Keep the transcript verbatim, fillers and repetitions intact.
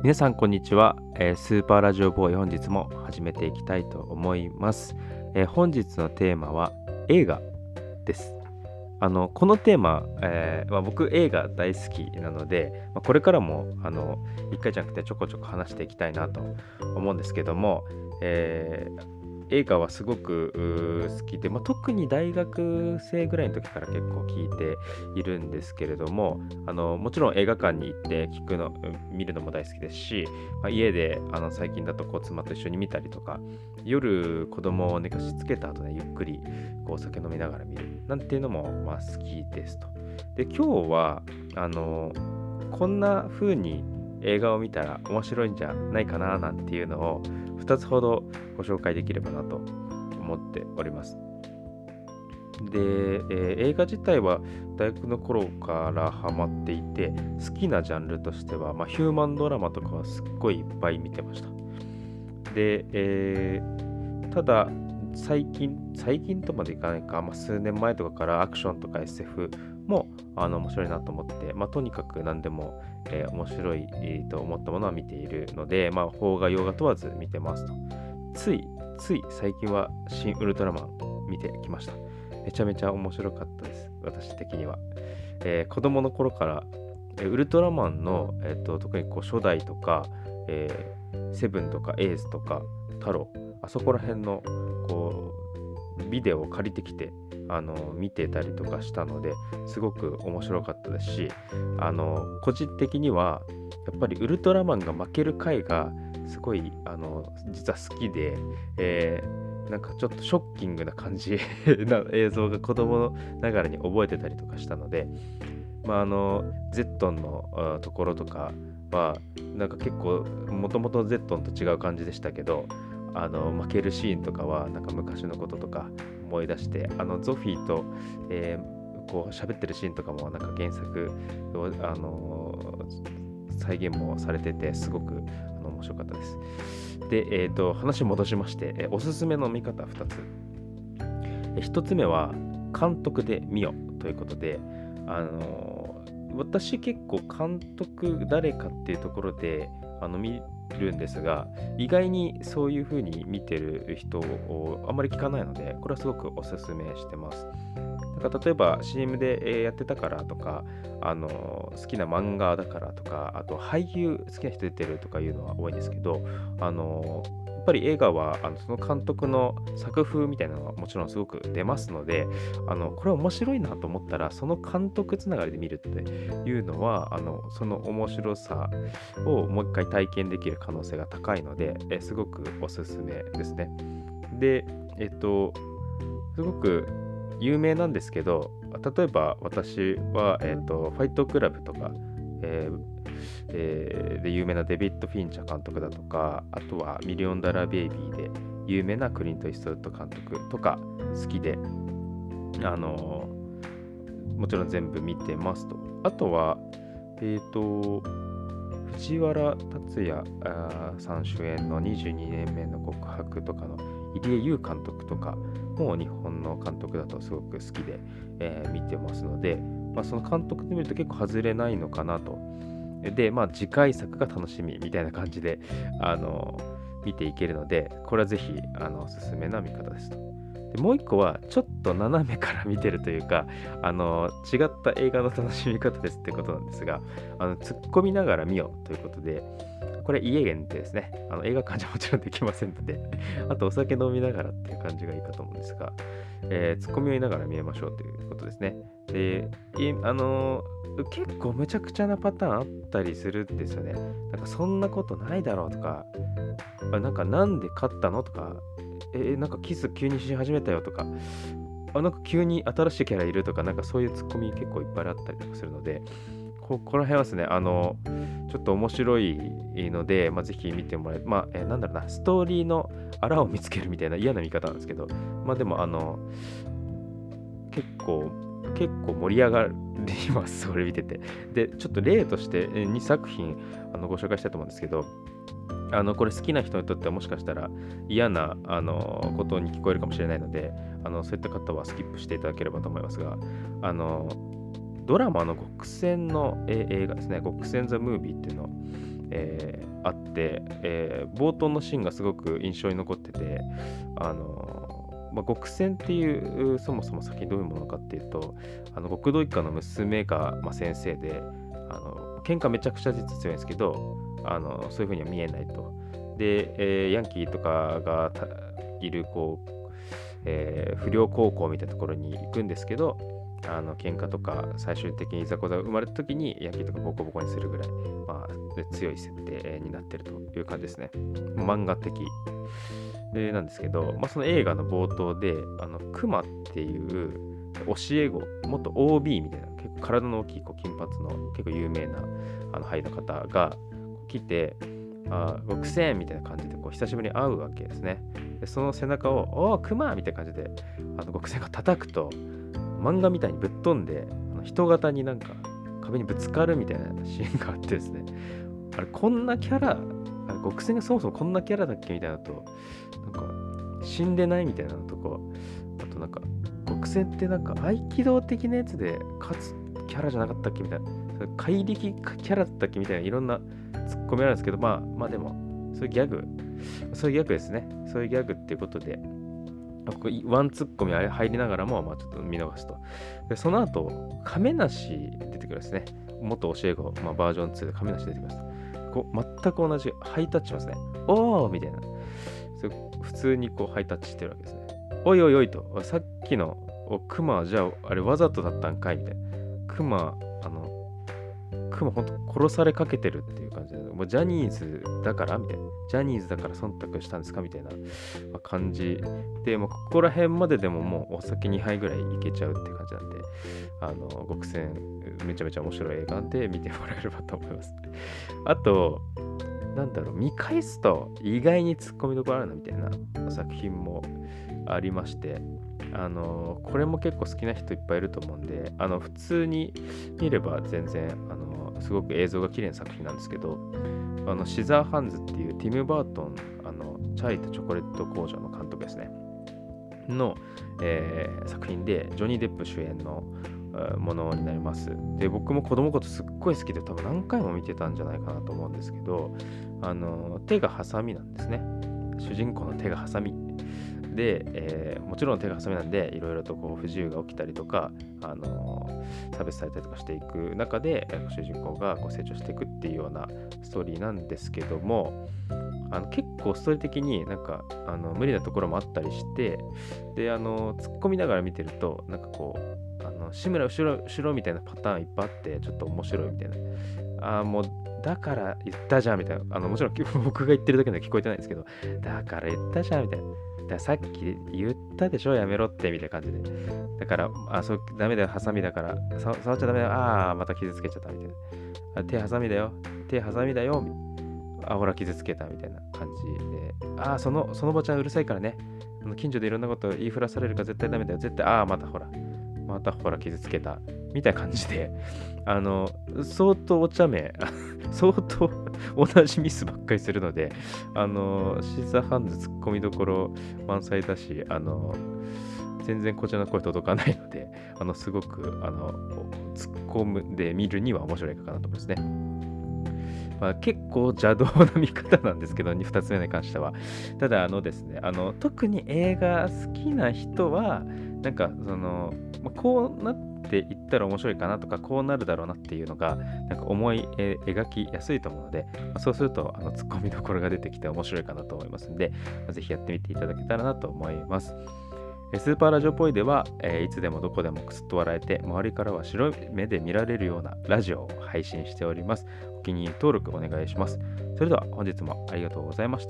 皆さんこんにちは、えースーパーラジオボーイ本日も始めていきたいと思います、えー本日のテーマは映画です。あのこのテーマ、えーまあ、僕映画大好きなので、まあ、これからもあの一回じゃなくてちょこちょこ話していきたいなと思うんですけども、えー映画はすごくうー好きで、まあ、特に大学生ぐらいの時から結構聞いているんですけれども、あのもちろん映画館に行って聞くのうん見るのも大好きですし、まあ、家であの最近だとこう妻と一緒に見たりとか、夜子供を寝かしつけた後ね、ゆっくりこうお酒飲みながら見るなんていうのもまあ好きですと。で、今日はあのこんな風に映画を見たら面白いんじゃないかななんていうのをふたつほどご紹介できればなと思っております。で、えー映画自体は大学の頃からハマっていて、好きなジャンルとしては、まあ、ヒューマンドラマとかはすっごいいっぱい見てました。で、えーただ最近、最近とまでいかないか、まあ、数年前とかからアクションとか エスエフ もあの面白いなと思って、まあ、とにかく何でも、えー面白い、えーと思ったものは見ているので、まあ、邦画、洋画問わず見てますと。つい、つい最近は新ウルトラマン見てきました。めちゃめちゃ面白かったです、私的には。えー子供の頃から、えーウルトラマンの、えーと特にこう初代とか、えーセブンとかエースとか太郎、あそこら辺のこうビデオを借りてきてあの見てたりとかしたので、すごく面白かったですし、あの個人的にはやっぱりウルトラマンが負ける回がすごいあの実は好きで、えーなんかちょっとショッキングな感じな映像が子供ながらに覚えてたりとかしたので、まあ、あのゼットンのあところとかはなんか結構もともとゼットンと違う感じでしたけど、あの負けるシーンとかはなんか昔のこととか思い出して、あのゾフィーと、えーこう喋ってるシーンとかもなんか原作を、あの再現もされてて、すごくあの面白かったです。で、えーと話戻しまして、えーおすすめの見方ふたつ。えひとつめは監督で見よということで、あのー私結構監督誰かっていうところであの見るんですが、意外にそういう風に見てる人をあんまり聞かないので、これはすごくおすすめしてます。なんか例えば シーエム でえーやってたからとか、あのー好きな漫画だからとか、あと俳優好きな人出てるとかいうのは多いんですけど、あのーやっぱり映画はあのその監督の作風みたいなのはもちろんすごく出ますので、あのこれ面白いなと思ったらその監督つながりで見るっていうのは、あのその面白さをもう一回体験できる可能性が高いので、えすごくおすすめですね。で、えっと、すごく有名なんですけど、例えば私は、えっと、ファイトクラブとか、えーえーで有名なデビッド・フィンチャー監督だとか、あとはミリオンダラー・ベイビーで有名なクリント・イーストウッド監督とか好きで、あのーもちろん全部見てますと。あとは、えっと、藤原竜也あーさん主演のにじゅうにねんめの告白とかの入江優監督とかも日本の監督だとすごく好きで、えー見てますので、まあ、その監督で見ると結構外れないのかなと。で、まあ、次回作が楽しみみたいな感じで、あの見ていけるので、これはぜひあのおすすめな見方ですと。で、もう一個はちょっと斜めから見てるというか、あの違った映画の楽しみ方ですってことなんですが、あの突っ込みながら見ようということで、これ家限定ですね。あの映画館じゃもちろんできませんので、あとお酒飲みながらっていう感じがいいかと思うんですが、えー、突っ込みを言いながら見えましょうということですね。で、いあのー結構むちゃくちゃなパターンあったりするんですよね。なんかそんなことないだろうとか、あなんかなんで勝ったのとか、えーなんかキス急にし始めたよとか、あなんか急に新しいキャラいるとか、なんかそういうツッコミ結構いっぱいあったりとかするので、ここら辺はですね、あの、ちょっと面白いので、まあ、ぜひ見てもらえ、まあ、えーなんだろうな、ストーリーのあらを見つけるみたいな嫌な見方なんですけど、まあでも、あの、結構、結構盛り上がります、それ見てて。で、ちょっと例としてえーにさく品あのご紹介したいと思うんですけど、あのこれ好きな人にとってはもしかしたら嫌なあのことに聞こえるかもしれないので、あのそういった方はスキップしていただければと思いますが、あのドラマの極戦のえ映画ですね、極戦ザ・ムービーっていうのをえーあって、えー冒頭のシーンがすごく印象に残ってて、あのまあ、極戦っていうそもそも先どういうものかっていうと、あの極道一家の娘が、まあ、先生で、あの喧嘩めちゃくちゃ実は強いんですけど、あのそういう風には見えないと。で、えーヤンキーとかがたいるこう、えー不良高校みたいなところに行くんですけど、あの喧嘩とか最終的にいざこざが生まれた時にヤンキーとかボコボコにするぐらい、まあ、で強い設定になってるという感じですね。漫画的でなんですけど、まあ、その映画の冒頭であのクマっていう教え子、元 オービー みたいな結構体の大きいこう金髪の結構有名なあの俳優の方が来て、あー、極戦みたいな感じでこう久しぶりに会うわけですね。でその背中を、おー、クマみたいな感じであの極戦が叩くと、漫画みたいにぶっ飛んで、あの人型になんか壁にぶつかるみたいなシーンがあってですね、あれ、こんなキャラ、あれ極戦がそもそもこんなキャラだっけみたいなのと、なんか死んでないみたいなのとか、あとなんか極戦ってなんか合気道的なやつで勝つキャラじゃなかったっけみたいな、怪力キャラだったっけみたいないろんなツッコミあるんですけど、まあまあでも、そういうギャグ、そういうギャグですね。そういうギャグっていうことで、ここワンツッコミ入りながらも、まあ、ちょっと見逃すと。で、その後、亀梨出てくるんですね。元教え子、まあ、バージョンツーで亀梨出てきます。こう全く同じハイタッチしますね。おーみたいな。それ普通にこうハイタッチしてるわけですね。おいおいおいと、さっきのおクマ、じゃあ、あれわざとだったんかいみたいな。クマ、あの、クマ、ほんと殺されかけてるっていう感じで、もうジャニーズだからみたいな。ジャニーズだから忖度したんですかみたいな感じで、もうここら辺まででももうお酒にはいぐらいいけちゃうっていう感じなんで、あの、極戦、めちゃめちゃ面白い映画なんで見てもらえればと思います。あと、なんだろう、見返すと意外に突っ込みどころあるなみたいな作品もありまして、あのこれも結構好きな人いっぱいいると思うんで、あの普通に見れば全然あのすごく映像が綺麗な作品なんですけど、あのシザーハンズっていうティム・バートン、あのチャーリーとチョコレット工場の監督ですねの、えー作品でジョニー・デップ主演のえーものになります。で、僕も子供のことすっごい好きで多分何回も見てたんじゃないかなと思うんですけど、あの手がハサミなんですね。主人公の手がハサミで、えーもちろん手がハサミなんでいろいろとこう不自由が起きたりとか、あの差別されたりとかしていく中で、えー主人公がこう成長していくっていうようなストーリーなんですけども、あの結構ストーリー的になんかあの無理なところもあったりして、で、あの突っ込みながら見てるとなんかこう、あの志村後ろ後ろみたいなパターンいっぱいあってちょっと面白いみたいな、ああもうだから言ったじゃんみたいな、あのもちろん僕が言ってるだけでは聞こえてないんですけど、だから言ったじゃんみたいな、だからさっき言ったでしょやめろってみたいな感じで、だからあそうダメだよハサミだからさ触っちゃダメだよ、ああまた傷つけちゃったみたいな、あ手ハサミだよ手ハサミだよ、あほら傷つけたみたいな感じで、ああそのそのばちゃんうるさいからね、あの近所でいろんなこと言いふらされるから絶対ダメだよ絶対、ああまたほらまたほら傷つけたみたいな感じで、あの相当お茶目相当同じミスばっかりするので、あのシザーハンズツッコミどころ満載だし、あの全然こちらの声届かないので、あのすごくあの突っ込んで見るには面白いかなと思いますね。まあ、結構邪道な見方なんですけど、ふたつめに関しては。ただ、あのですね、あの特に映画好きな人は、なんか、その、まあ、こうなっていったら面白いかなとか、こうなるだろうなっていうのが、なんか思いえ描きやすいと思うので、まあ、そうすると、あのツッコミどころが出てきて面白いかなと思いますので、まあ、ぜひやってみていただけたらなと思います。スーパーラジオポイでは、えーいつでもどこでもくすっと笑えて、周りからは白い目で見られるようなラジオを配信しております。お気に入り登録お願いします。それでは本日もありがとうございました。